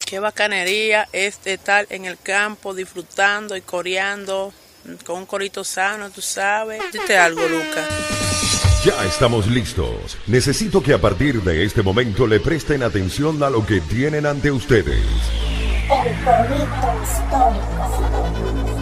Qué bacanería es estar en el campo disfrutando y coreando con un corito sano, tú sabes. Dite algo, Lucas. Ya estamos listos. Necesito que a partir de este momento le presten atención a lo que tienen ante ustedes. El corito histórico.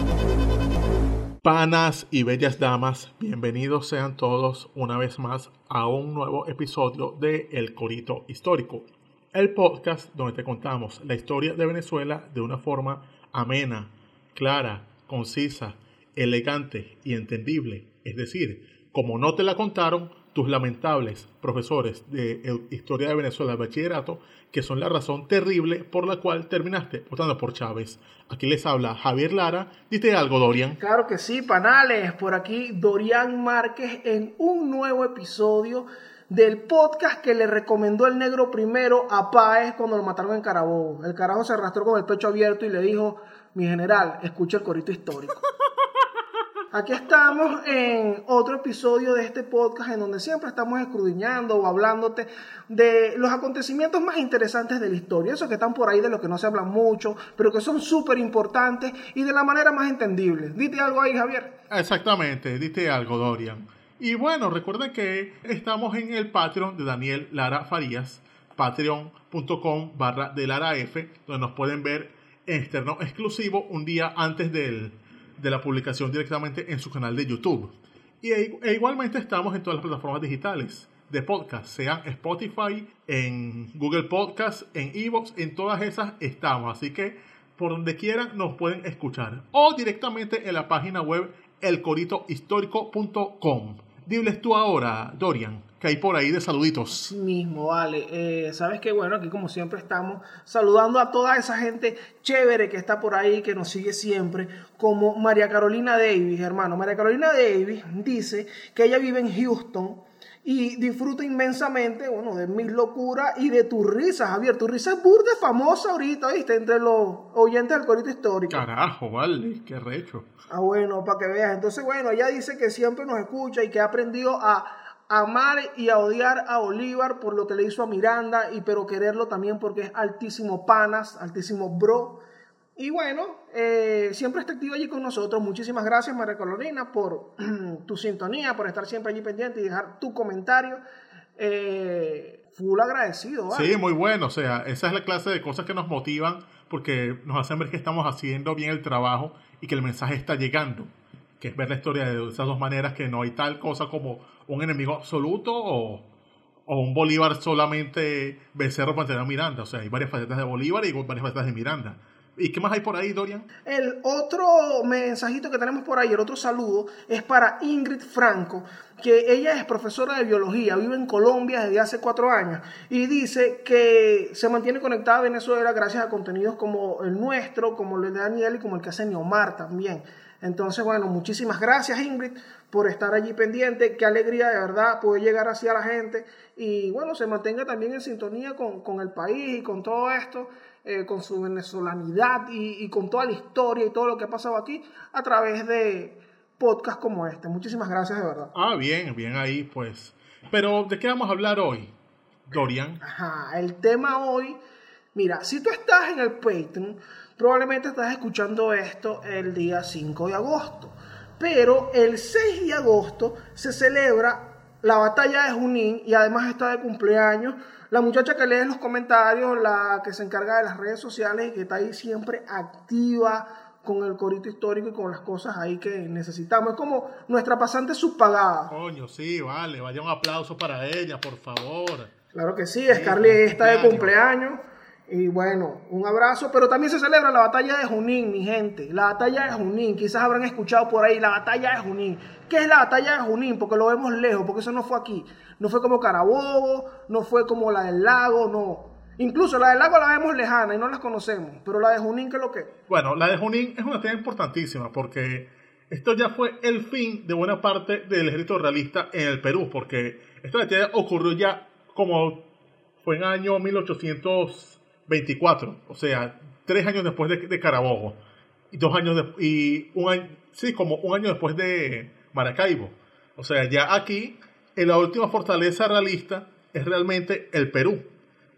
Panas y bellas damas, bienvenidos sean todos una vez más a un nuevo episodio de El Corito Histórico, el podcast donde te contamos la historia de Venezuela de una forma amena, clara, concisa, elegante y entendible. Es decir, como no te la contaron tus lamentables profesores de Historia de Venezuela de bachillerato, que son la razón terrible por la cual terminaste votando por Chávez. Aquí les habla Javier Lara. Dite algo, Dorian. Claro que sí, panales. Por aquí Dorian Márquez en un nuevo episodio del podcast que le recomendó el negro primero a Páez cuando lo mataron en Carabobo. El carajo se arrastró con el pecho abierto y le dijo: mi general, escucha el corito histórico. Aquí estamos en otro episodio de este podcast en donde siempre estamos escudriñando o hablándote de los acontecimientos más interesantes de la historia, esos que están por ahí de los que no se habla mucho, pero que son súper importantes y de la manera más entendible. Dite algo ahí, Javier. Exactamente, dite algo, Dorian. Y bueno, recuerden que estamos en el Patreon de Daniel Lara Farías, patreon.com/delaraf, donde nos pueden ver en externo exclusivo un día antes de la publicación directamente en su canal de YouTube. E igualmente estamos en todas las plataformas digitales de podcast, sean Spotify, en Google Podcast, en iVoox, en todas esas estamos. Así que por donde quieran nos pueden escuchar. O directamente en la página web elcoritohistórico.com. Diles tú ahora, Dorian, que hay por ahí de saluditos. Mismo, vale. Sabes que bueno, aquí como siempre estamos saludando a toda esa gente chévere que está por ahí, que nos sigue siempre, como María Carolina Davis, hermano. María Carolina Davis dice que ella vive en Houston y disfruta inmensamente, bueno, de mis locuras y de tu risa, Javier. Tu risa es burda famosa ahorita, ¿viste? Entre los oyentes del corito histórico. Carajo, vale, qué recho. Ah, bueno, para que veas. Entonces, bueno, ella dice que siempre nos escucha y que ha aprendido a amar y a odiar a Bolívar por lo que le hizo a Miranda, pero quererlo también porque es altísimo panas, altísimo bro. Y bueno, siempre está activo allí con nosotros. Muchísimas gracias, María Carolina, por tu sintonía, por estar siempre allí pendiente y dejar tu comentario. Full agradecido, ¿vale? Sí, muy bueno. O sea, esa es la clase de cosas que nos motivan porque nos hacen ver que estamos haciendo bien el trabajo y que el mensaje está llegando. Que es ver la historia de esas dos maneras, que no hay tal cosa como un enemigo absoluto o un Bolívar solamente Becerro Pantera Miranda. O sea, hay varias facetas de Bolívar y varias facetas de Miranda. ¿Y qué más hay por ahí, Dorian? El otro mensajito que tenemos por ahí, el otro saludo, es para Ingrid Franco, que ella es profesora de biología, vive en Colombia desde hace 4 años y dice que se mantiene conectada a Venezuela gracias a contenidos como el nuestro, como el de Daniel y como el que hace Neomar también. Entonces, bueno, muchísimas gracias, Ingrid, por estar allí pendiente. Qué alegría, de verdad, poder llegar así a la gente y, bueno, se mantenga también en sintonía con el país y con todo esto, con su venezolanidad y con toda la historia y todo lo que ha pasado aquí a través de podcasts como este. Muchísimas gracias, de verdad. Ah, bien, bien ahí, pues. Pero, ¿de qué vamos a hablar hoy, Dorian? Ajá, el tema hoy, mira, si tú estás en el Patreon, probablemente estás escuchando esto el día 5 de agosto. Pero el 6 de agosto se celebra la batalla de Junín y además está de cumpleaños la muchacha que lee los comentarios, la que se encarga de las redes sociales y que está ahí siempre activa con el corito histórico y con las cosas ahí que necesitamos. Es como nuestra pasante subpagada. Coño, sí, vale, vaya un aplauso para ella, por favor. Claro que sí, Scarlett está de cumpleaños. Y bueno, un abrazo, pero también se celebra la batalla de Junín, mi gente. La batalla de Junín, quizás habrán escuchado por ahí, la batalla de Junín. ¿Qué es la batalla de Junín? Porque lo vemos lejos, porque eso no fue aquí. No fue como Carabobo, no fue como la del lago, no. Incluso la del lago la vemos lejana y no las conocemos. Pero la de Junín, ¿qué es lo que? Bueno, la de Junín es una tema importantísima porque esto ya fue el fin de buena parte del ejército realista en el Perú, porque esta batalla ocurrió ya como fue en el año 1824, o sea, 3 años después de Carabobo y como un año después de Maracaibo. O sea, ya aquí en la última fortaleza realista es realmente el Perú.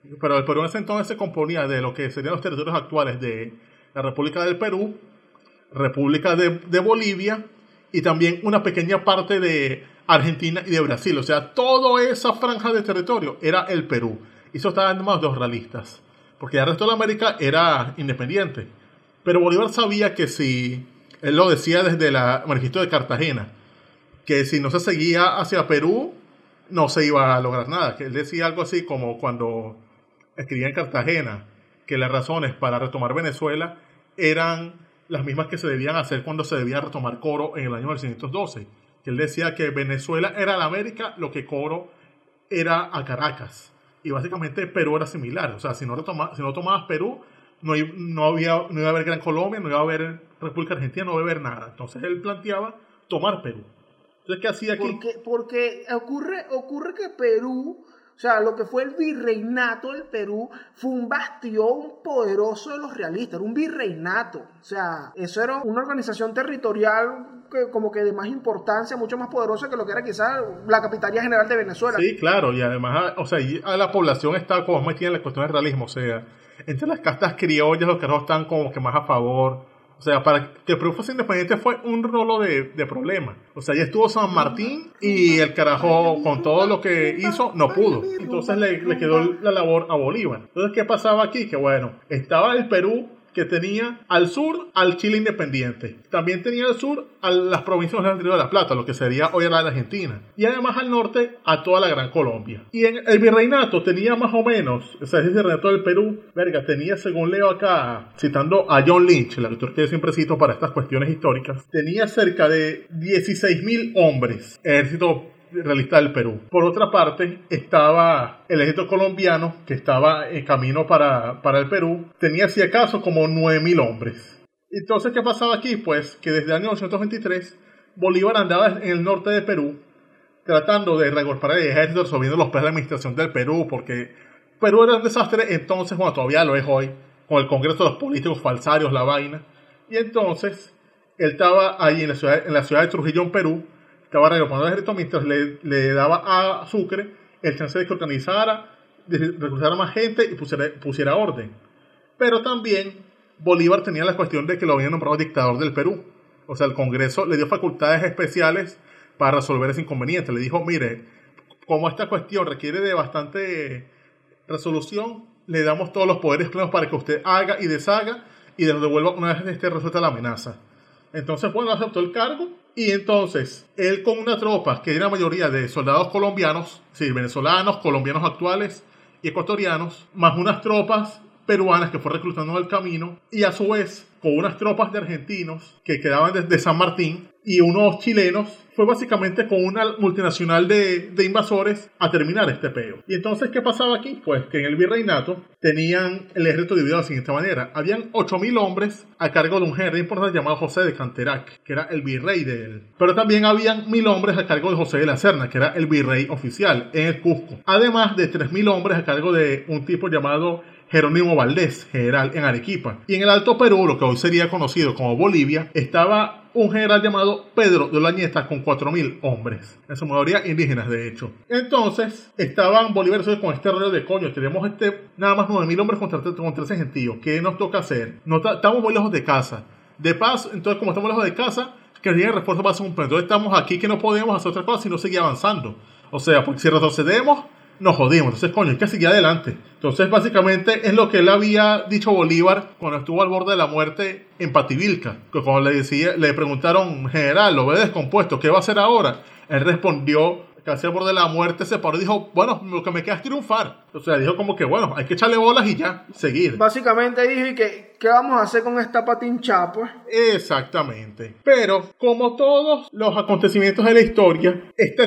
Pero el Perú en ese entonces se componía de lo que serían los territorios actuales de la República del Perú, República de Bolivia y también una pequeña parte de Argentina y de Brasil. O sea, toda esa franja de territorio era el Perú. Y eso estaba en manos de los realistas, porque el resto de la América era independiente. Pero Bolívar sabía que si, él lo decía desde el manifiesto de Cartagena, que si no se seguía hacia Perú, no se iba a lograr nada. Que él decía algo así como cuando escribía en Cartagena, que las razones para retomar Venezuela eran las mismas que se debían hacer cuando se debía retomar Coro en el año 1912. Que él decía que Venezuela era la América, lo que Coro era a Caracas. Y básicamente Perú era similar. O sea, si no tomabas Perú, no iba a haber Gran Colombia, no iba a haber República Argentina, no iba a haber nada. Entonces él planteaba tomar Perú. Entonces, ¿qué hacía aquí? Porque ocurre que Perú, o sea, lo que fue el virreinato del Perú, fue un bastión poderoso de los realistas, era un virreinato. O sea, eso era una organización territorial que, como que de más importancia, mucho más poderosa que lo que era quizás la Capitanía General de Venezuela. Sí, claro, y además, o sea, la población está como metida en la cuestión del realismo, o sea, entre las castas criollas los carajos están como que más a favor. O sea, para que el Perú fuese independiente fue un rolo de problemas. O sea, ya estuvo San Martín y el carajo, con todo lo que hizo, no pudo. Entonces le quedó la labor a Bolívar. Entonces, ¿qué pasaba aquí? Que bueno, estaba el Perú, que tenía al sur al Chile independiente. También tenía al sur a las provincias del Río de la Plata, lo que sería hoy la Argentina. Y además al norte a toda la Gran Colombia. Y en el virreinato tenía más o menos, o sea, ese virreinato del Perú, tenía, según leo acá, citando a John Lynch, el autor que yo siempre cito para estas cuestiones históricas, tenía cerca de 16.000 hombres, ejército realista del Perú. Por otra parte, estaba el ejército colombiano, que estaba en camino para el Perú. Tenía, si acaso, como 9.000 hombres. Entonces, ¿qué pasaba aquí? Pues que desde el año 1923, Bolívar andaba en el norte de Perú, tratando de reagrupar el ejército, resolviendo los problemas de administración del Perú, porque Perú era un desastre entonces, bueno, todavía lo es hoy, con el Congreso de los Políticos Falsarios, la vaina. Y entonces, él estaba ahí en la ciudad de Trujillo, en Perú, estaba reagrupando el ejército mientras le daba a Sucre el chance de que organizara, de reclutara más gente y pusiera orden. Pero también Bolívar tenía la cuestión de que lo habían nombrado dictador del Perú. O sea, el Congreso le dio facultades especiales para resolver ese inconveniente. Le dijo, mire, como esta cuestión requiere de bastante resolución, le damos todos los poderes plenos para que usted haga y deshaga y nos devuelva una vez esté resuelta la amenaza. Entonces, bueno, aceptó el cargo y entonces él con una tropa que era la mayoría de soldados colombianos, sí, venezolanos, colombianos actuales y ecuatorianos, más unas tropas peruanas que fue reclutando en el camino y a su vez con unas tropas de argentinos que quedaban desde San Martín y unos chilenos, fue básicamente con una multinacional de invasores a terminar este peo. Y entonces, ¿qué pasaba aquí? Pues que en el virreinato tenían el ejército dividido de la siguiente manera. Habían 8.000 hombres a cargo de un general importante llamado José de Canterac, que era el virrey de él. Pero también habían 1.000 hombres a cargo de José de la Serna, que era el virrey oficial en el Cusco. Además de 3.000 hombres a cargo de un tipo llamado Jerónimo Valdés, general en Arequipa. Y en el Alto Perú, lo que hoy sería conocido como Bolivia, estaba un general llamado Pedro de Olañeta con 4.000 hombres, en su mayoría indígenas de hecho. Entonces estaban Bolívar con este rollo de coño, tenemos nada más 9.000 hombres contra ese gentío, ¿qué nos toca hacer? Estamos muy lejos de casa, de paso, entonces como estamos lejos de casa, que el refuerzo va a ser un plan, entonces estamos aquí que no podemos hacer otra cosa sino seguir avanzando, o sea, porque si retrocedemos nos jodimos, entonces coño, hay que seguir adelante. Entonces básicamente es lo que él había dicho Bolívar cuando estuvo al borde de la muerte en Pativilca, que cuando le preguntaron, general, lo ve descompuesto, ¿qué va a hacer ahora? Él respondió, casi al borde de la muerte, se paró y dijo, bueno, lo que me queda es triunfar. O sea, dijo como que, bueno, hay que echarle bolas y ya, seguir. Básicamente dijo, ¿y qué vamos a hacer con esta patincha, pues? Exactamente. Pero, como todos los acontecimientos de la historia,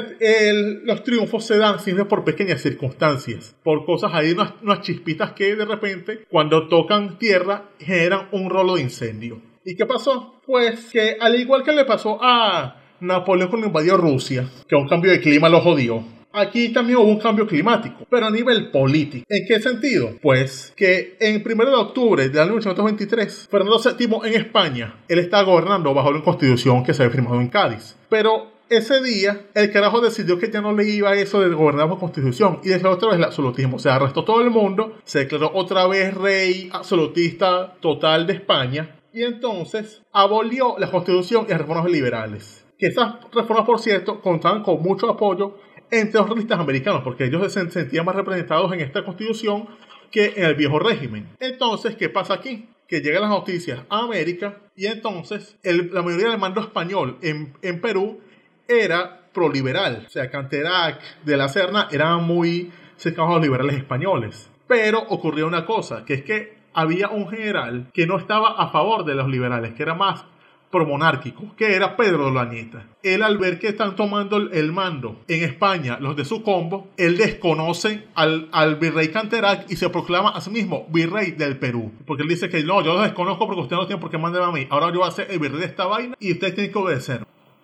los triunfos se dan siempre por pequeñas circunstancias, por cosas ahí, unas chispitas que de repente, cuando tocan tierra, generan un rolo de incendio. ¿Y qué pasó? Pues que, al igual que le pasó a Napoleón cuando invadió Rusia, que un cambio de clima lo jodió, aquí también hubo un cambio climático, pero a nivel político. ¿En qué sentido? Pues que en 1 de octubre del año 1823, Fernando VII en España, él estaba gobernando bajo una constitución que se había firmado en Cádiz. Pero ese día, el carajo decidió que ya no le iba a eso de gobernar por constitución y declaró otra vez el absolutismo. O sea, arrestó todo el mundo, se declaró otra vez rey absolutista total de España y entonces abolió la constitución y las reformas liberales. Que estas reformas, por cierto, contaban con mucho apoyo entre los realistas americanos, porque ellos se sentían más representados en esta constitución que en el viejo régimen. Entonces, ¿qué pasa aquí? Que llegan las noticias a América y entonces la mayoría del mando español en Perú era proliberal. O sea, Canterac, de la Serna eran muy cercanos a los liberales españoles. Pero ocurrió una cosa, que es que había un general que no estaba a favor de los liberales, que era más promonárquico, que era Pedro de Olañeta. Él, al ver que están tomando el mando en España los de su combo, él desconoce al virrey Canterac y se proclama a sí mismo virrey del Perú, porque él dice que no, yo los desconozco porque ustedes no tienen por qué mandarme a mí, ahora yo voy a ser el virrey de esta vaina y ustedes tienen que obedecer.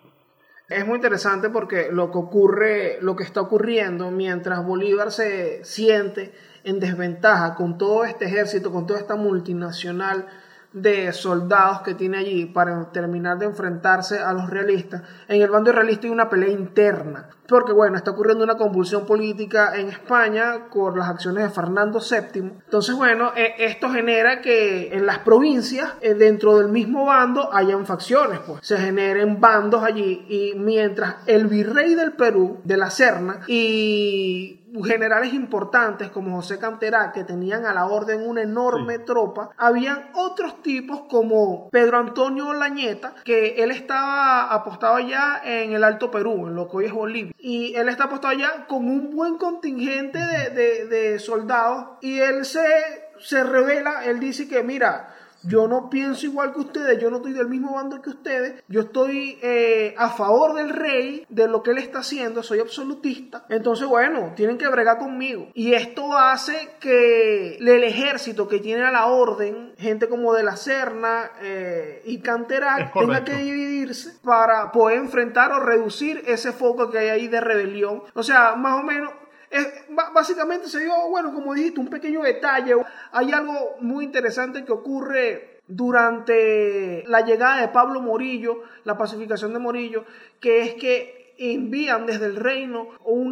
Es muy interesante porque lo que está ocurriendo mientras Bolívar se siente en desventaja con todo este ejército, con toda esta multinacional de soldados que tiene allí para terminar de enfrentarse a los realistas. En el bando realista hay una pelea interna, porque bueno, está ocurriendo una convulsión política en España por las acciones de Fernando VII. Entonces bueno, esto genera que en las provincias, dentro del mismo bando, hayan facciones, pues se generen bandos allí, y mientras el virrey del Perú, de la Serna, y generales importantes como José Canterac, que tenían a la orden una enorme tropa, habían otros tipos como Pedro Antonio Olañeta, que él estaba apostado allá en el Alto Perú, en lo que hoy es Bolivia, y él está apostado allá con un buen contingente de soldados, y él se revela, él dice que mira, yo no pienso igual que ustedes, yo no estoy del mismo bando que ustedes, yo estoy a favor del rey, de lo que él está haciendo, soy absolutista, entonces bueno, tienen que bregar conmigo. Y esto hace que el ejército que tiene a la orden, gente como de la Serna y Canterac, tenga que dividirse para poder enfrentar o reducir ese foco que hay ahí de rebelión. O sea, más o menos, básicamente se dio, bueno, como dijiste, un pequeño detalle. Hay algo muy interesante que ocurre durante la llegada de Pablo Morillo, la pacificación de Morillo, que es que envían desde el reino un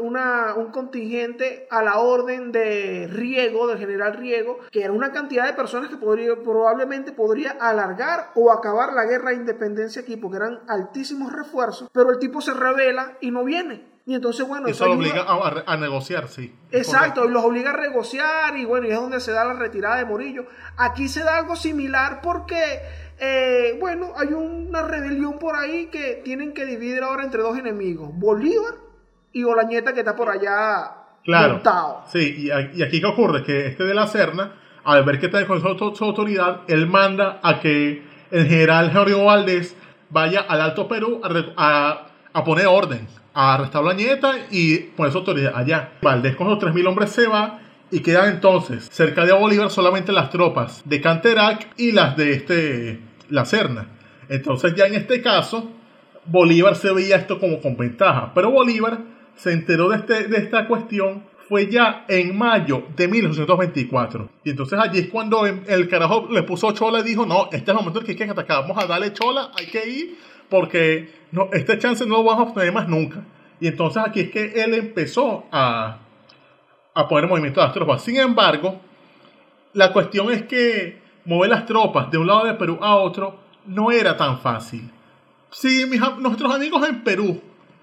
contingente a la orden de Riego, del general Riego, que era una cantidad de personas que probablemente podría alargar o acabar la guerra de independencia aquí, porque eran altísimos refuerzos, pero el tipo se rebela y no viene. Y entonces, bueno, eso lo obliga a negociar, sí. Exacto, correcto. Y los obliga a negociar, y bueno, y es donde se da la retirada de Morillo. Aquí se da algo similar porque, bueno, hay una rebelión por ahí que tienen que dividir ahora entre dos enemigos, Bolívar y Olañeta, que está por allá montado. Sí, y aquí ¿qué ocurre? Que de la Serna, al ver que está con su autoridad, él manda a que el general Jerónimo Valdés vaya al Alto Perú a poner orden, a arrestar a Olañeta y poner su autoridad allá. Valdés con los 3.000 hombres se va y quedan entonces cerca de Bolívar solamente las tropas de Canterac y las de la Serna. Entonces ya en este caso Bolívar se veía esto como con ventaja, pero Bolívar se enteró de esta cuestión fue ya en mayo de 1824. Y entonces allí es cuando el carajo le puso chola y dijo, no, este es el momento en que hay que atacar, vamos a darle chola, hay que ir, porque no, este chance no lo vamos a obtener más nunca. Y entonces aquí es que él empezó a poner movimiento a las tropas. Sin embargo, la cuestión es que mover las tropas de un lado de Perú a otro no era tan fácil. Si nuestros amigos en Perú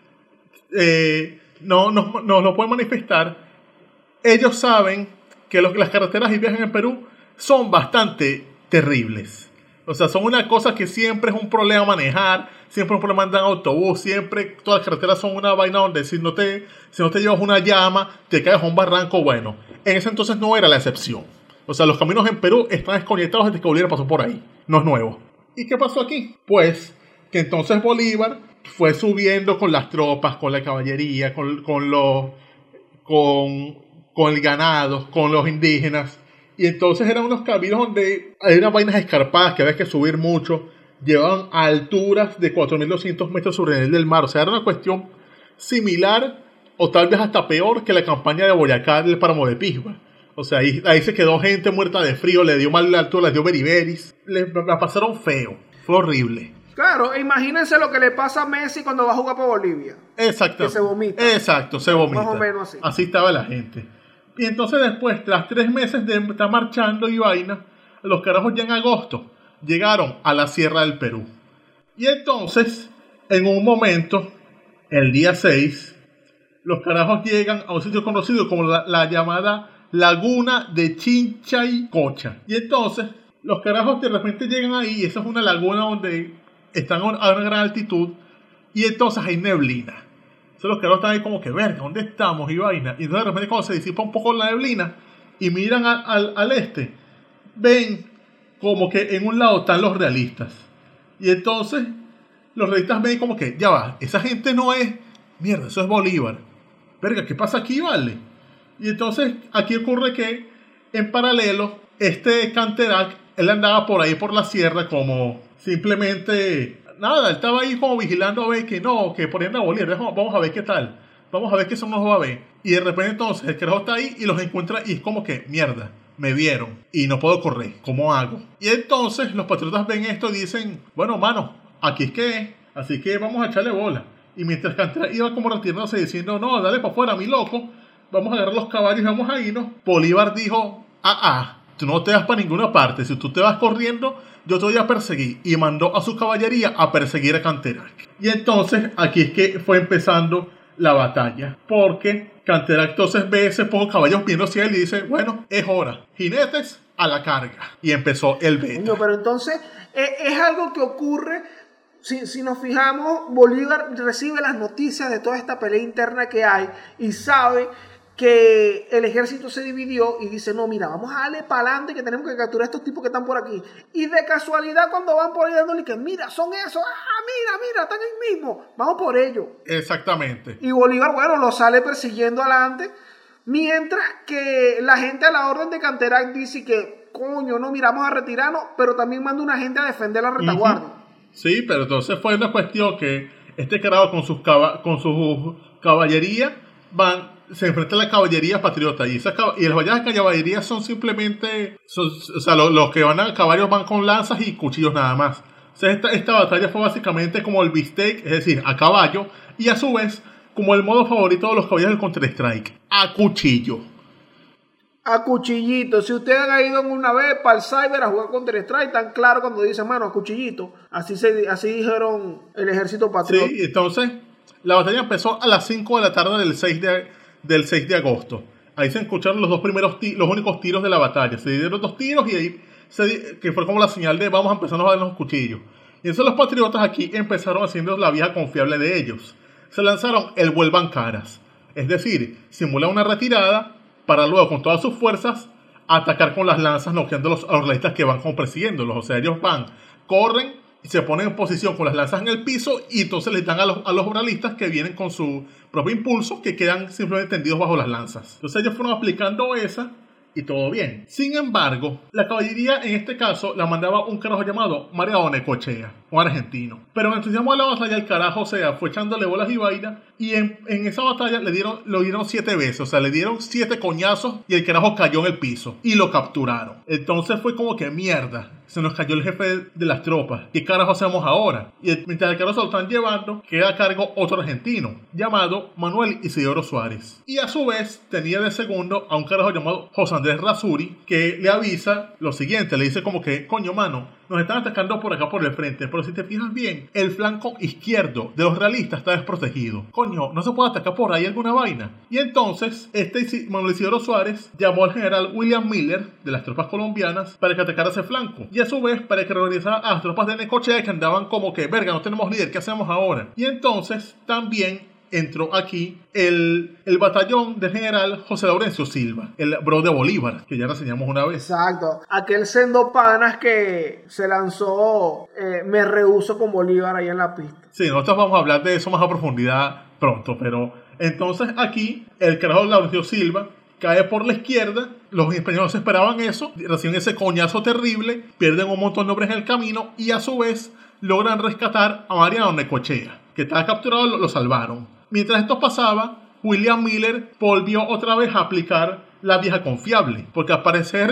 nos lo pueden manifestar, ellos saben que las carreteras y viajes en Perú son bastante terribles. O sea, son una cosa que siempre es un problema manejar, siempre es un problema andar en autobús, siempre todas las carreteras son una vaina donde si no te llevas una llama, te caes a un barranco. Bueno, en ese entonces no era la excepción. O sea, los caminos en Perú están desconectados desde que Bolívar pasó por ahí. No es nuevo. ¿Y qué pasó aquí? Pues que entonces Bolívar fue subiendo con las tropas, con la caballería, con el ganado, con los indígenas. Y entonces eran unos caminos donde hay unas vainas escarpadas que había que subir mucho. Llevaban a alturas de 4.200 metros sobre el nivel del mar. O sea, era una cuestión similar o tal vez hasta peor que la campaña de Boyacá del páramo de Pisba. O sea, ahí se quedó gente muerta de frío, le dio mal la altura, le dio beriberis. La pasaron feo, fue horrible. Claro, imagínense lo que le pasa a Messi cuando va a jugar por Bolivia. Exacto. Que se vomita. Exacto, se vomita. Más o menos así. Así estaba la gente. Y entonces después, tras 3 meses de estar marchando y vaina, los carajos ya en agosto llegaron a la Sierra del Perú. Y entonces, en un momento, el día 6, los carajos llegan a un sitio conocido como la llamada Laguna de Chinchaycocha. Y entonces, los carajos de repente llegan ahí, y esa es una laguna donde están a una gran altitud, y entonces hay neblina. Entonces los carajos están ahí como que, verga, ¿dónde estamos? Y vaina. Y entonces de repente cuando se disipa un poco la neblina, y miran al este, ven como que en un lado están los realistas. Y entonces los realistas ven como que, ya va, esa gente no es, mierda, eso es Bolívar. Verga, ¿qué pasa aquí, vale? Y entonces aquí ocurre que en paralelo, Canterac, él andaba por ahí por la sierra como simplemente, nada, él estaba ahí como vigilando a ver que no, que poniendo a Bolívar, vamos a ver qué tal, vamos a ver qué eso nos va a ver. Y de repente entonces el carajo está ahí y los encuentra y es como que, mierda, me vieron y no puedo correr, ¿cómo hago? Y entonces los patriotas ven esto y dicen, bueno, mano, aquí es que es, así que vamos a echarle bola. Y mientras Canterac iba como retirándose diciendo, no, dale para afuera, mi loco, vamos a agarrar los caballos y vamos a irnos, Bolívar dijo, tú no te vas para ninguna parte, si tú te vas corriendo, yo te voy a perseguir. Y mandó a su caballería a perseguir a Canterac. Y entonces aquí es que fue empezando la batalla, porque Canterac entonces ve ese poco caballos viendo hacia él y dice, bueno, es hora, jinetes a la carga. Y empezó el beta. Pero entonces es algo que ocurre, si nos fijamos, Bolívar recibe las noticias de toda esta pelea interna que hay y sabe que el ejército se dividió y dice, no, mira, vamos a darle para adelante que tenemos que capturar a estos tipos que están por aquí. Y de casualidad cuando van por ahí dándole que, mira, son esos, mira, están ahí mismo, vamos por ellos. Exactamente. Y Bolívar, bueno, lo sale persiguiendo adelante, mientras que la gente a la orden de Canterac dice que, coño, no, mira, vamos a retirarnos, pero también manda una gente a defender la retaguardia. Sí, pero entonces fue una cuestión que este carajo con su caballería se enfrenta a la caballería patriota y las batallas de caballería son simplemente los que van a caballos van con lanzas y cuchillos nada más. O sea, esta batalla fue básicamente como el bistec, es decir, a caballo, y a su vez como el modo favorito de los caballeros del Counter-Strike, a cuchillo. A cuchillito. Si ustedes han ido una vez para el cyber a jugar Counter-Strike, tan claro cuando dicen, mano, a cuchillito. Así dijeron el ejército patriota. Sí, entonces la batalla empezó a las 5 de la tarde del 6 de agosto. Ahí se escucharon los únicos tiros de la batalla. Se dieron 2 tiros y ahí que fue como la señal de vamos a empezar a dar los cuchillos. Y entonces los patriotas aquí empezaron haciendo la vieja confiable de ellos. Se lanzaron el vuelvan caras. Es decir, simulan una retirada para luego con todas sus fuerzas atacar con las lanzas noqueando a los realistas que van como persiguiéndolos. O sea, ellos corren y se ponen en posición con las lanzas en el piso y entonces les dan a los realistas que vienen con su propio impulso que quedan simplemente tendidos bajo las lanzas. Entonces ellos fueron aplicando esa y todo bien. Sin embargo, la caballería en este caso la mandaba un carajo llamado Mariano Necochea, un argentino. Pero en el entusiasmo de la batalla el carajo, o sea, fue echándole bolas y vaina y en esa batalla lo dieron 7 veces, o sea, le dieron 7 coñazos y el carajo cayó en el piso y lo capturaron. Entonces fue como que mierda, se nos cayó el jefe de las tropas, ¿qué carajo hacemos ahora? Y mientras el carajo se lo están llevando, queda a cargo otro argentino llamado Manuel Isidoro Suárez. Y a su vez tenía de segundo a un carajo llamado José Andrés Razuri, que le avisa lo siguiente, le dice como que, coño mano, nos están atacando por acá por el frente, pero si te fijas bien, el flanco izquierdo de los realistas está desprotegido. Coño, ¿no se puede atacar por ahí alguna vaina? Y entonces, Manuel Isidoro Suárez llamó al general William Miller de las tropas colombianas para que atacara ese flanco. Y a su vez, para que reorganizara a las tropas de Necochea que andaban como que, verga, no tenemos líder, ¿qué hacemos ahora? Y entonces, también entró aquí el batallón del general José Laurencio Silva, el bro de Bolívar, que ya reseñamos una vez. Exacto, aquel sendo panas que se lanzó me rehuso con Bolívar ahí en la pista. Sí, nosotros vamos a hablar de eso más a profundidad pronto, pero entonces aquí el carajo Laurencio Silva cae por la izquierda, los españoles esperaban eso, reciben ese coñazo terrible, pierden un montón de hombres en el camino y a su vez logran rescatar a Mariano Necochea, que estaba capturado, lo salvaron. Mientras esto pasaba, William Miller volvió otra vez a aplicar la vieja confiable, porque al parecer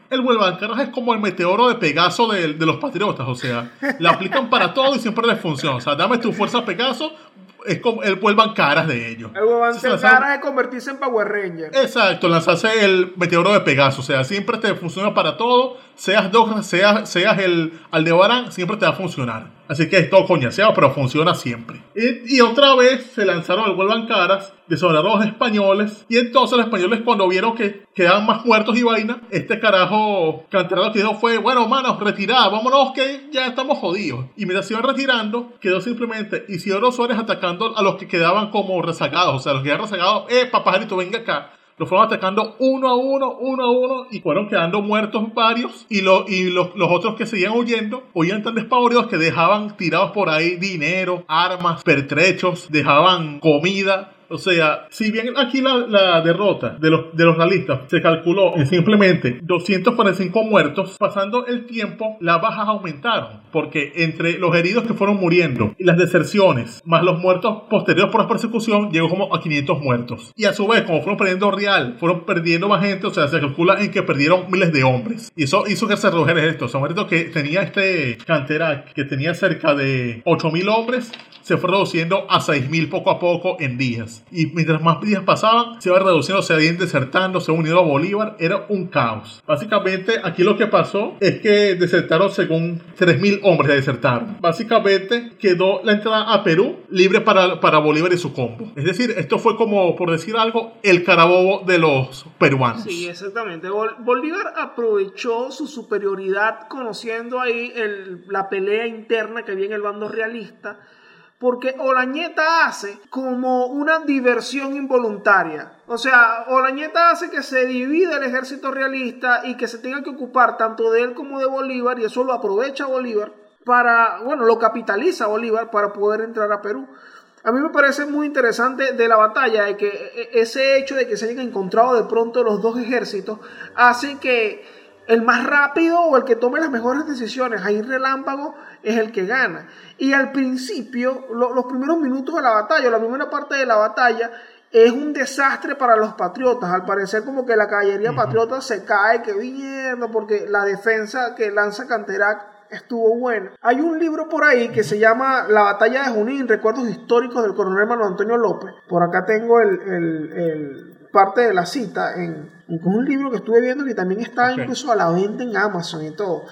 El vuelvancaras es como el meteoro de Pegaso de los patriotas, o sea, le aplican para todo y siempre les funciona. O sea, dame tu fuerza Pegaso, es como el vuelvancaras de ellos. El vuelvancaras es convertirse en Power Ranger. Exacto, lanzarse el meteoro de Pegaso, o sea, siempre te funciona para todo, seas Douglas, seas el Aldebarán, siempre te va a funcionar. Así que es todo coñaseado, pero funciona siempre. Y otra vez se lanzaron el vuelvancaras, desolaron a los españoles, y entonces los españoles cuando vieron que quedaban más muertos y vaina, este carajo Canterano lo que dijo fue, bueno, manos, retirad, vámonos que ya estamos jodidos. Y mientras se iban retirando, quedó simplemente Isidoro Suárez atacando a los que quedaban como rezagados, o sea, los que quedaban rezagados, pajarito, venga acá. Los fueron atacando uno a uno, y fueron quedando muertos varios. Y los otros que seguían huyendo, huían tan despavoridos que dejaban tirados por ahí dinero, armas, pertrechos, dejaban comida. O sea, si bien aquí la derrota de los realistas se calculó en simplemente 245 muertos, pasando el tiempo, las bajas aumentaron. Porque entre los heridos que fueron muriendo y las deserciones, más los muertos posteriores por la persecución, llegó como a 500 muertos. Y a su vez, como fueron perdiendo real, fueron perdiendo más gente, o sea, se calcula en que perdieron miles de hombres. Y eso hizo que se redujera esto. O sea, un ejército que tenía Canterac, que tenía cerca de 8.000 hombres, se fue reduciendo a 6.000 poco a poco en días. Y mientras más días pasaban, se iba reduciendo, se iban desertando, se iban uniendo a Bolívar. Era un caos. Básicamente, aquí lo que pasó es que desertaron según 3.000 hombres, desertaron. Básicamente, quedó la entrada a Perú libre para Bolívar y su combo. Es decir, esto fue como, por decir algo, el Carabobo de los peruanos. Sí, exactamente. Bolívar aprovechó su superioridad conociendo ahí la pelea interna que había en el bando realista, porque Olañeta hace como una diversión involuntaria. O sea, Olañeta hace que se divida el ejército realista y que se tenga que ocupar tanto de él como de Bolívar, y eso lo aprovecha Bolívar lo capitaliza Bolívar para poder entrar a Perú. A mí me parece muy interesante de la batalla de que ese hecho de que se hayan encontrado de pronto los dos ejércitos hace que el más rápido o el que tome las mejores decisiones ahí relámpago es el que gana. Y al principio, los primeros minutos de la batalla, la primera parte de la batalla, es un desastre para los patriotas. Al parecer como que la caballería patriota se cae, que mierda, porque la defensa que lanza Canterac estuvo buena. Hay un libro por ahí que se llama La batalla de Junín, recuerdos históricos del coronel Manuel Antonio López. Por acá tengo el parte de la cita en un libro que estuve viendo que también está incluso a la venta en Amazon y todo,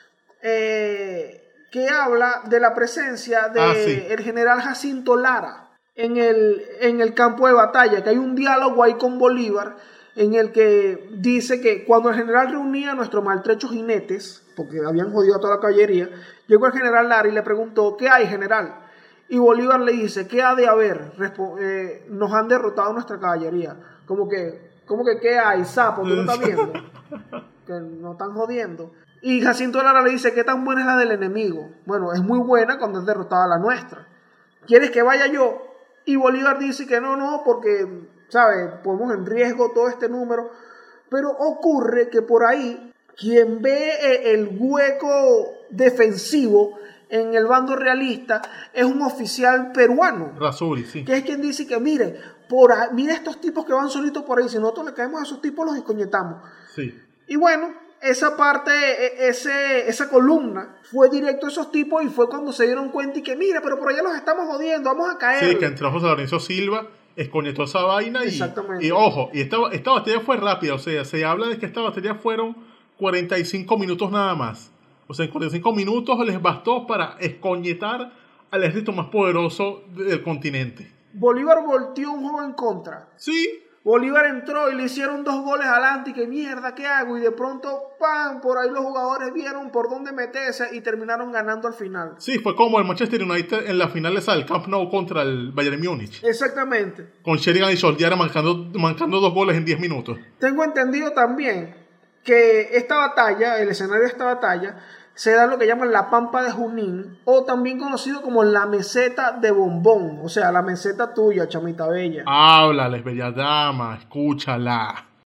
que habla de la presencia de el general Jacinto Lara en el campo de batalla, que hay un diálogo ahí con Bolívar en el que dice que cuando el general reunía a nuestros maltrechos jinetes, porque habían jodido a toda la caballería, llegó el general Lara y le preguntó: ¿qué hay, general? Y Bolívar le dice: ¿qué ha de haber? Nos han derrotado nuestra caballería. Como que ¿qué hay, sapo? ¿Tú no estás viendo? Que nos están jodiendo. Y Jacinto Lara le dice: ¿qué tan buena es la del enemigo? Bueno, es muy buena cuando es derrotada la nuestra. ¿Quieres que vaya yo? Y Bolívar dice que no, porque, ¿sabes? Ponemos en riesgo todo este número. Pero ocurre que por ahí, quien ve el hueco defensivo en el bando realista es un oficial peruano. Razuri, sí. Que es quien dice que mire estos tipos que van solitos por ahí, si nosotros le caemos a esos tipos los descoñetamos. Sí. Y bueno, esa parte, esa columna fue directo a esos tipos y fue cuando se dieron cuenta y que mira, pero por allá los estamos jodiendo, vamos a caer. Sí, que entró José Lorenzo Silva, escoñetó esa vaina Exactamente. y ojo, y esta batalla fue rápida, o sea, se habla de que esta batalla fueron 45 minutos nada más. O sea, en 45 minutos les bastó para escoñetar al ejército más poderoso del continente. Bolívar volteó un juego en contra. Sí. Bolívar entró y le hicieron 2 goles adelante y que mierda, ¿qué hago? Y de pronto, ¡pam! Por ahí los jugadores vieron por dónde meterse y terminaron ganando al final. Sí, fue como el Manchester United en la final esa del Camp Nou contra el Bayern Múnich. Exactamente. Con Sheringham y Soldiara mancando 2 goles en 10 minutos. Tengo entendido también que esta batalla, el escenario de esta batalla, se da lo que llaman la Pampa de Junín, o también conocido como la meseta de Bombón, o sea, la meseta tuya, chamita bella. Háblales, bella dama, escúchala.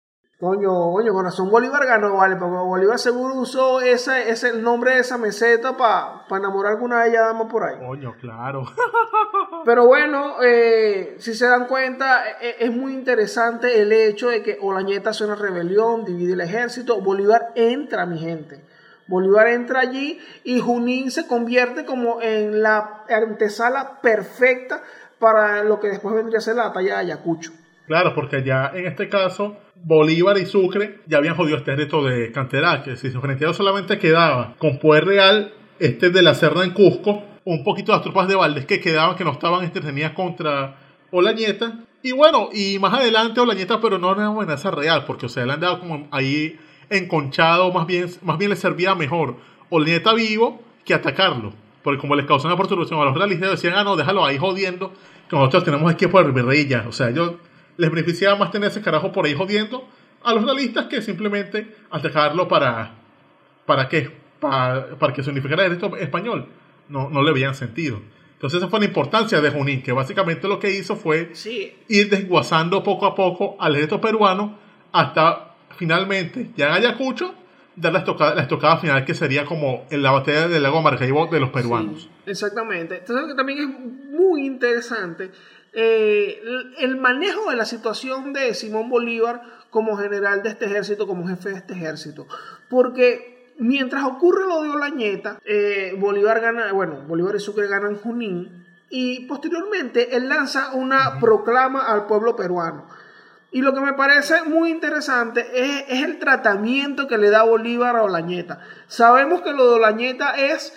Coño, con razón Bolívar ganó, vale, porque Bolívar seguro usó el nombre de esa meseta para enamorar a alguna de ellas damas por ahí. Coño, claro. Pero bueno, si se dan cuenta, es muy interesante el hecho de que Olañeta hace una rebelión, divide el ejército, Bolívar entra, mi gente. Bolívar entra allí y Junín se convierte como en la antesala perfecta para lo que después vendría a ser la batalla de Ayacucho. Claro, porque ya en este caso Bolívar y Sucre ya habían jodido este reto de Canteraque. Si su frente solamente quedaba con poder real de la Serna en Cusco, un poquito las tropas de Valdés que quedaban, que no estaban entretenidas contra Olañeta. Y bueno, y más adelante Olañeta, pero no era una amenaza real, porque o sea, él andaba como ahí enconchado, más bien le servía mejor Olañeta vivo que atacarlo. Porque como les causó una perturbación a los realistas, decían, no, déjalo ahí jodiendo, que nosotros tenemos equipo de virreilla. O sea, ellos les beneficiaba más tener ese carajo por ahí jodiendo a los realistas que simplemente atacarlo para que se unificara el ejército español. No le veían sentido. Entonces esa fue la importancia de Junín, que básicamente lo que hizo fue ir desguazando poco a poco al ejército peruano hasta finalmente ya en Ayacucho dar la estocada final, que sería como en la batalla del lago Maracaibo de los peruanos. Sí, exactamente. Entonces también es muy interesante el manejo de la situación de Simón Bolívar como general de este ejército, como jefe de este ejército, porque mientras ocurre lo de Olañeta, Bolívar y Sucre ganan Junín, y posteriormente él lanza una proclama al pueblo peruano. Y lo que me parece muy interesante es el tratamiento que le da Bolívar a Olañeta. Sabemos que lo de Olañeta es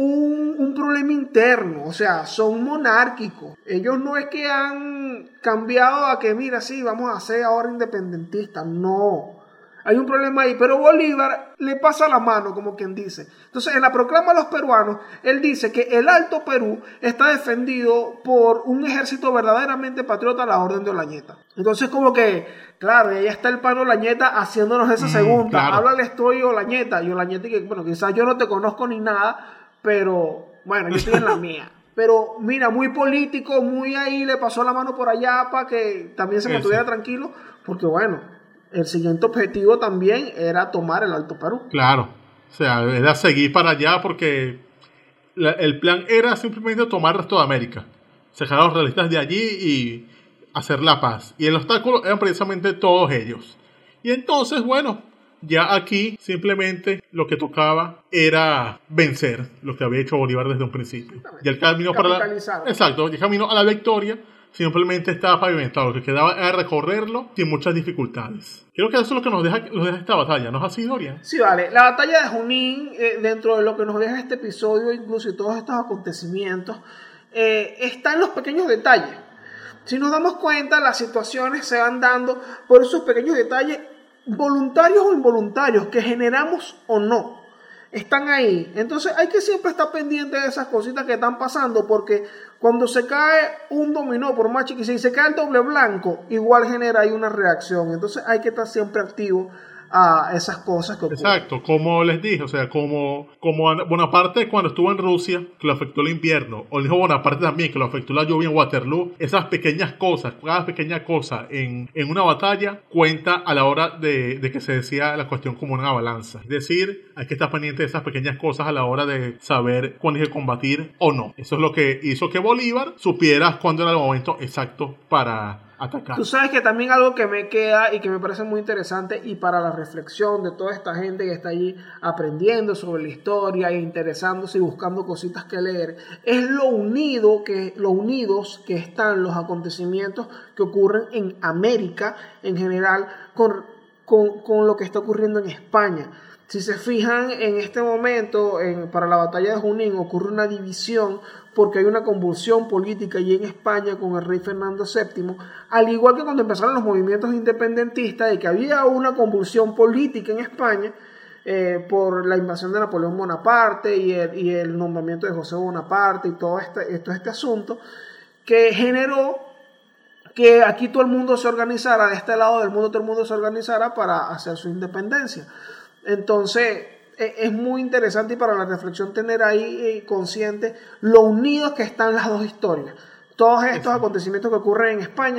un problema interno, o sea, son monárquicos. Ellos no es que han cambiado a que, mira, sí, vamos a ser ahora independentistas. No, hay un problema ahí, pero Bolívar le pasa la mano, como quien dice. Entonces, en la proclama a los peruanos, él dice que el Alto Perú está defendido por un ejército verdaderamente patriota a la orden de Olañeta. Entonces, como que, claro, ahí está el pan Olañeta haciéndonos esa segunda. Claro. Háblale, estoy Olañeta. Y Olañeta, que bueno, quizás yo no te conozco ni nada, pero bueno, yo estoy en la mía. Pero mira, muy político, muy ahí, le pasó la mano por allá para que también se mantuviera tranquilo, porque bueno, el siguiente objetivo también era tomar el Alto Perú. Claro, o sea, era seguir para allá porque el plan era simplemente tomar el resto de América, sacar a los realistas de allí y hacer la paz. Y el obstáculo eran precisamente todos ellos. Y entonces, bueno, ya aquí simplemente lo que tocaba era vencer lo que había hecho Bolívar desde un principio. Y el camino el camino a la victoria simplemente estaba pavimentado. Lo que quedaba era recorrerlo sin muchas dificultades. Creo que eso es lo que nos deja esta batalla, ¿no es así, Dorian? Sí, vale. La batalla de Junín, dentro de lo que nos deja este episodio, incluso y todos estos acontecimientos, está en los pequeños detalles. Si nos damos cuenta, las situaciones se van dando por esos pequeños detalles, voluntarios o involuntarios, que generamos o no, están ahí. Entonces hay que siempre estar pendiente de esas cositas que están pasando, porque cuando se cae un dominó, por más chiquito, si se cae el doble blanco, igual genera ahí una reacción. Entonces hay que estar siempre activo a esas cosas que ocurren. Exacto, como les dije, o sea, como Bonaparte cuando estuvo en Rusia, que lo afectó el invierno, o el hijo Bonaparte también, que lo afectó la lluvia en Waterloo, esas pequeñas cosas, cada pequeña cosa en una batalla cuenta a la hora de que se decida la cuestión como una balanza. Es decir, hay que estar pendiente de esas pequeñas cosas a la hora de saber cuándo hay que combatir o no. Eso es lo que hizo que Bolívar supiera cuándo era el momento exacto para atacar. Tú sabes que también algo que me queda y que me parece muy interesante, y para la reflexión de toda esta gente que está allí aprendiendo sobre la historia e interesándose y buscando cositas que leer, es lo unidos que están los acontecimientos que ocurren en América en general con lo que está ocurriendo en España. Si se fijan, en este momento, para la batalla de Junín, ocurre una división porque hay una convulsión política allí en España con el rey Fernando VII, al igual que cuando empezaron los movimientos independentistas, y que había una convulsión política en España por la invasión de Napoleón Bonaparte y el nombramiento de José Bonaparte y todo este asunto, que generó que aquí todo el mundo se organizara, de este lado del mundo todo el mundo se organizara para hacer su independencia. Entonces es muy interesante, y para la reflexión tener ahí consciente lo unidos que están las dos historias. Todos estos acontecimientos que ocurren en España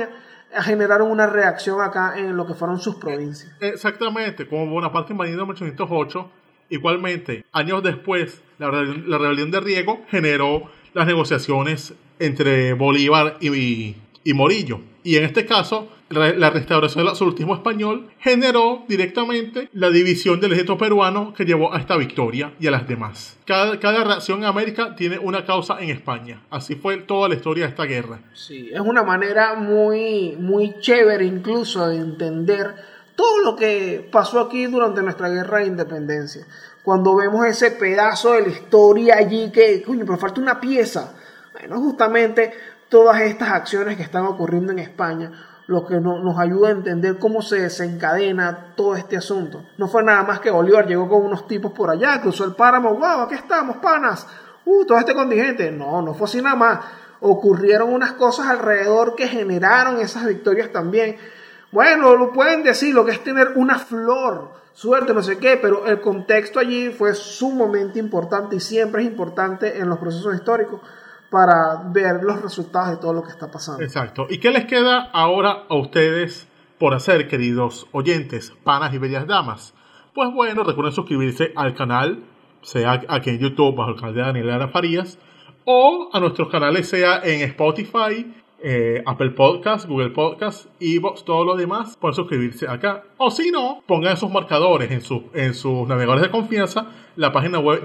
generaron una reacción acá en lo que fueron sus provincias. Exactamente, como Bonaparte invadiendo en 1808, igualmente, años después, la rebelión de Riego generó las negociaciones entre Bolívar y Morillo. Y en este caso, la restauración del absolutismo español generó directamente la división del ejército peruano que llevó a esta victoria y a las demás. Cada reacción en América tiene una causa en España. Así fue toda la historia de esta guerra. Sí, es una manera muy, muy chévere incluso de entender todo lo que pasó aquí durante nuestra guerra de independencia. Cuando vemos ese pedazo de la historia allí que, coño, pero falta una pieza. Bueno, justamente todas estas acciones que están ocurriendo en España, lo que nos ayuda a entender cómo se desencadena todo este asunto. No fue nada más que Bolívar llegó con unos tipos por allá, cruzó el páramo, wow, aquí estamos, panas, todo este contingente. No fue así nada más. Ocurrieron unas cosas alrededor que generaron esas victorias también. Bueno, lo pueden decir, lo que es tener una flor, suerte, no sé qué, pero el contexto allí fue sumamente importante y siempre es importante en los procesos históricos para ver los resultados de todo lo que está pasando. Exacto. ¿Y qué les queda ahora a ustedes por hacer, queridos oyentes, panas y bellas damas? Pues bueno, recuerden suscribirse al canal, sea aquí en YouTube bajo el canal de Daniel Lara Farías, o a nuestros canales, sea en Spotify, Apple Podcasts, Google Podcasts, iVoox, todo lo demás. Pueden suscribirse acá. O si no, pongan sus marcadores en sus navegadores de confianza la página web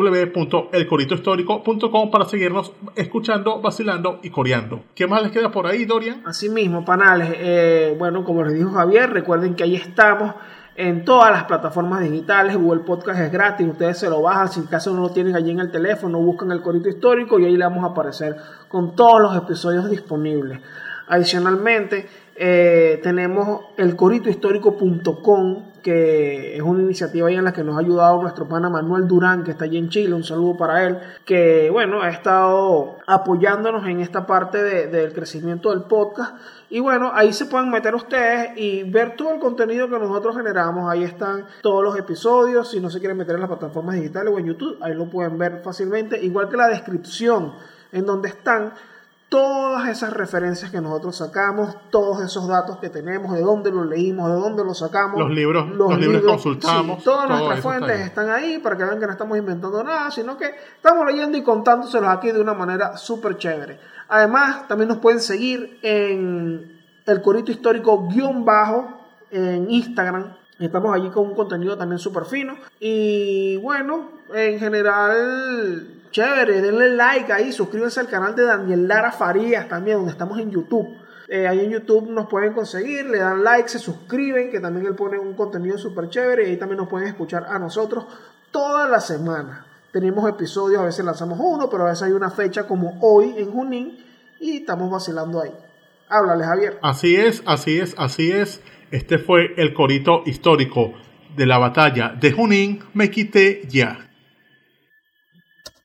www.elcoritohistórico.com para seguirnos escuchando, vacilando y coreando. ¿Qué más les queda por ahí, Dorian? Así mismo, panales. Bueno, como les dijo Javier, recuerden que ahí estamos en todas las plataformas digitales. Google Podcast es gratis, ustedes se lo bajan, si en caso no lo tienen allí en el teléfono, buscan El Corito Histórico y ahí le vamos a aparecer con todos los episodios disponibles. Adicionalmente, tenemos elcoritohistórico.com, que es una iniciativa ahí en la que nos ha ayudado nuestro pana Manuel Durán, que está allí en Chile. Un saludo para él, que bueno, ha estado apoyándonos en esta parte del crecimiento del podcast. Y bueno, ahí se pueden meter ustedes y ver todo el contenido que nosotros generamos. Ahí están todos los episodios. Si no se quieren meter en las plataformas digitales o en YouTube, ahí lo pueden ver fácilmente. Igual que la descripción, en donde están todas esas referencias que nosotros sacamos, todos esos datos que tenemos, de dónde los leímos, de dónde los sacamos. Los libros consultamos. Sí, todas nuestras fuentes están ahí para que vean que no estamos inventando nada, sino que estamos leyendo y contándoselos aquí de una manera súper chévere. Además, también nos pueden seguir en El Corito Histórico _ en Instagram. Estamos allí con un contenido también súper fino. Y bueno, en general, chévere, denle like ahí, suscríbanse al canal de Daniel Lara Farías también, donde estamos en YouTube. Ahí en YouTube nos pueden conseguir, le dan like, se suscriben, que también él pone un contenido súper chévere. Y ahí también nos pueden escuchar a nosotros toda la semana. Tenemos episodios, a veces lanzamos uno, pero a veces hay una fecha como hoy en Junín y estamos vacilando ahí. Háblale, Javier. Así es. Este fue el Corito Histórico de la batalla de Junín. Me quité ya.